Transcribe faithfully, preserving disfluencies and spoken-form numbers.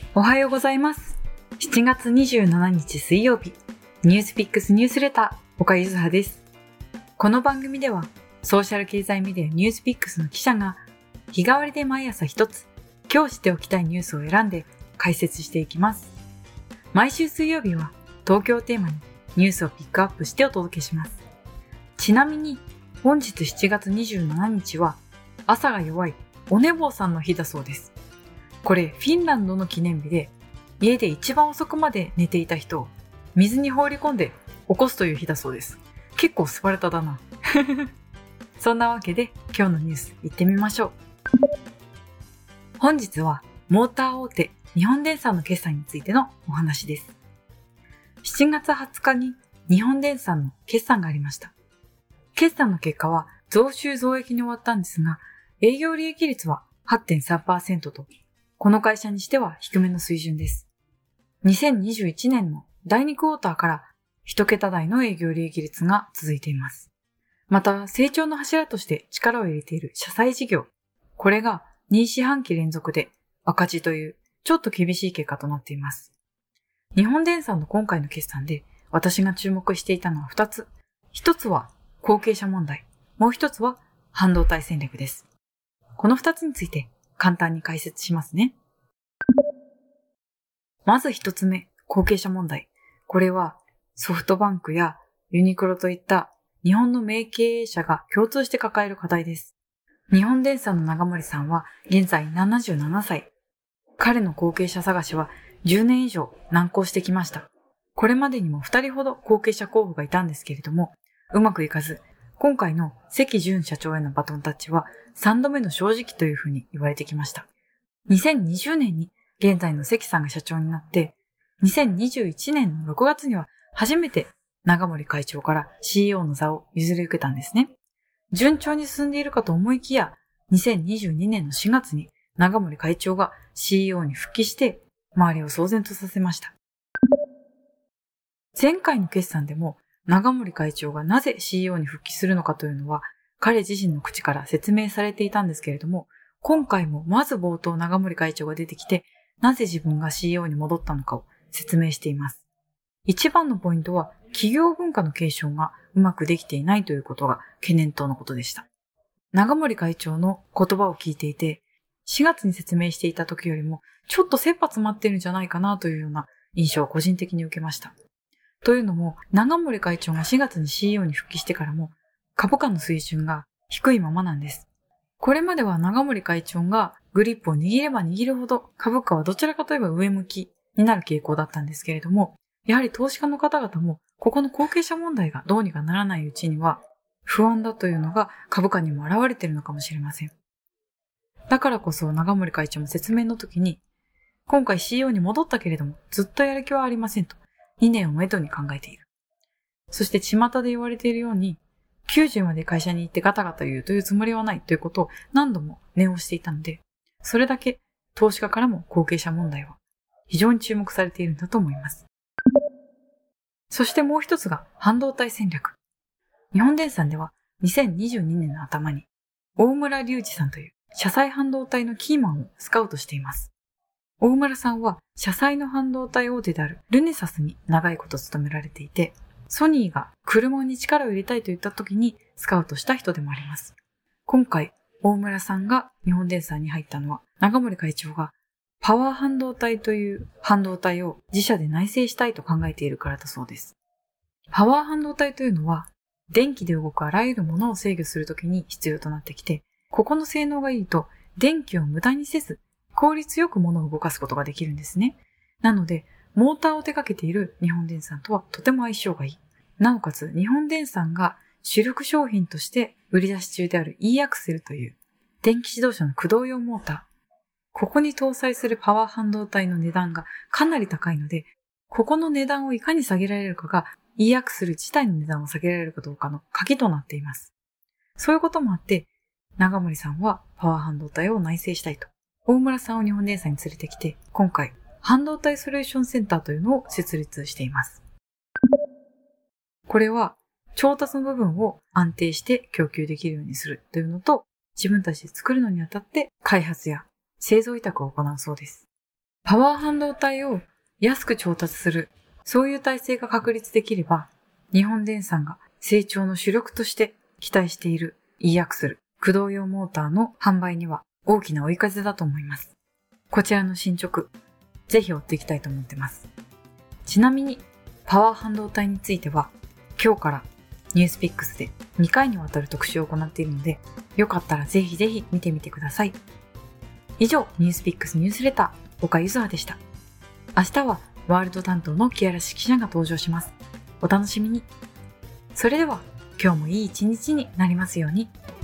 おはようございます。しちがつにじゅうしちにち水曜日、ニュースピックスニュースレター、岡ゆずはです。この番組では、ソーシャル経済メディアニュースピックスの記者が、日替わりで毎朝一つ、今日知っておきたいニュースを選んで解説していきます。毎週水曜日は、東京をテーマにニュースをピックアップしてお届けします。ちなみに、本日しちがつにじゅうしちにちは、朝が弱いお寝坊さんの日だそうです。これ、フィンランドの記念日で、家で一番遅くまで寝ていた人を水に放り込んで起こすという日だそうです。結構スパルタだな。そんなわけで今日のニュース行ってみましょう。本日はモーター大手日本電産の決算についてのお話です。しちがつはつかに日本電産の決算がありました。決算の結果は増収増益に終わったんですが、営業利益率は はってんさんパーセント と、この会社にしては低めの水準です。にせんにじゅういちねんのだいにクォーターから一桁台の営業利益率が続いています。また、成長の柱として力を入れている社債事業。これがに四半期連続で赤字というちょっと厳しい結果となっています。日本電産の今回の決算で私が注目していたのはふたつ。ひとつは後継者問題。もうひとつは半導体戦略です。このふたつについて簡単に解説しますね。まず一つ目、後継者問題。これはソフトバンクやユニクロといった日本の名経営者が共通して抱える課題です。日本電産の長森さんは現在ななじゅうななさい。彼の後継者探しはじゅうねん以上難航してきました。これまでにもふたりほど後継者候補がいたんですけれども、うまくいかず、今回の関潤社長へのバトンタッチはさんどめの正直というふうに言われてきました。にせんにじゅうねんに現在の関さんが社長になって、にせんにじゅういちねんのろくがつには初めて長森会長から シーイーオー の座を譲り受けたんですね。順調に進んでいるかと思いきや、にせんにじゅうにねんのしがつに長森会長が シーイーオー に復帰して周りを騒然とさせました。前回の決算でも長森会長がなぜ シーイーオー に復帰するのかというのは彼自身の口から説明されていたんですけれども、今回もまず冒頭長森会長が出てきて、なぜ自分が シーイーオー に戻ったのかを説明しています。一番のポイントは企業文化の継承がうまくできていないということが懸念とのことでした。長森会長の言葉を聞いていて、しがつに説明していた時よりもちょっと切羽詰まっているんじゃないかなというような印象を個人的に受けました。というのも、長森会長がしがつに シーイーオー に復帰してからも株価の水準が低いままなんです。これまでは長森会長がグリップを握れば握るほど株価はどちらかといえば上向きになる傾向だったんですけれども、やはり投資家の方々もここの後継者問題がどうにかならないうちには不安だというのが株価にも現れているのかもしれません。だからこそ長森会長も説明の時に、今回 シーイーオー に戻ったけれどもずっとやる気はありませんとにねんをめどに考えている。そして巷で言われているようにきゅうじゅうまで会社に行ってガタガタ言うというつもりはないということを何度も念をしていたので、それだけ投資家からも後継者問題は非常に注目されているんだと思います。そしてもう一つが半導体戦略。日本電産ではにせんにじゅうにねんの頭に大村隆二さんという車載半導体のキーマンをスカウトしています。大村さんは車載の半導体大手であるルネサスに長いこと勤められていて、ソニーが車に力を入れたいと言った時にスカウトした人でもあります。今回、大村さんが日本電産に入ったのは、長森会長がパワー半導体という半導体を自社で内製したいと考えているからだそうです。パワー半導体というのは、電気で動くあらゆるものを制御するときに必要となってきて、ここの性能がいいと電気を無駄にせず、効率よく物を動かすことができるんですね。なので、モーターを手掛けている日本電産とはとても相性がいい。なおかつ日本電産が主力商品として売り出し中である E アクセルという電気自動車の駆動用モーター。ここに搭載するパワー半導体の値段がかなり高いので、ここの値段をいかに下げられるかが E アクセル自体の値段を下げられるかどうかの鍵となっています。そういうこともあって、長森さんはパワー半導体を内製したいと。大村さんを日本電産に連れてきて、今回半導体ソリューションセンターというのを設立しています。これは調達の部分を安定して供給できるようにするというのと、自分たちで作るのにあたって開発や製造委託を行うそうです。 パワー半導体を安く調達する、そういう体制が確立できれば、日本電産が成長の主力として期待している E アクスル、駆動用モーターの販売には大きな追い風だと思います。こちらの進捗、ぜひ追っていきたいと思ってます。ちなみに、パワー半導体については、今日からニュースピックスでにかいにわたる特集を行っているので、よかったらぜひぜひ見てみてください。以上、ニュースピックスニュースレター、岡ゆずはでした。明日はワールド担当の木原記者が登場します。お楽しみに。それでは、今日もいい一日になりますように。